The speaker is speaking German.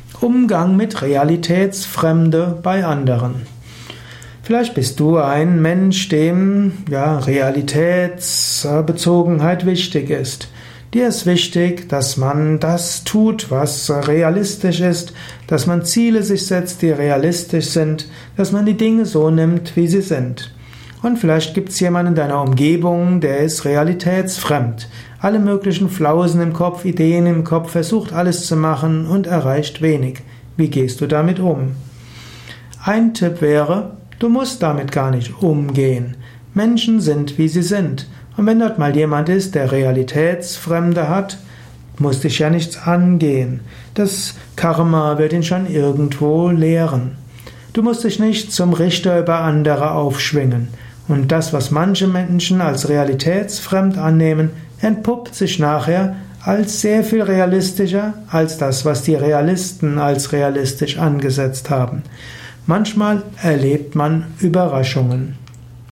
Umgang mit Realitätsfremde bei anderen. Vielleicht bist du ein Mensch, dem Realitätsbezogenheit wichtig ist. Dir ist wichtig, dass man das tut, was realistisch ist, dass man Ziele sich setzt, die realistisch sind, dass man die Dinge so nimmt, wie sie sind. Und vielleicht gibt es jemanden in deiner Umgebung, der ist realitätsfremd. Alle möglichen Flausen im Kopf, Ideen im Kopf, versucht alles zu machen und erreicht wenig. Wie gehst du damit um? Ein Tipp wäre, du musst damit gar nicht umgehen. Menschen sind, wie sie sind. Und wenn dort mal jemand ist, der Realitätsfremde hat, muss dich ja nichts angehen. Das Karma wird ihn schon irgendwo lehren. Du musst dich nicht zum Richter über andere aufschwingen. Und das, was manche Menschen als realitätsfremd annehmen, entpuppt sich nachher als sehr viel realistischer als das, was die Realisten als realistisch angesetzt haben. Manchmal erlebt man Überraschungen.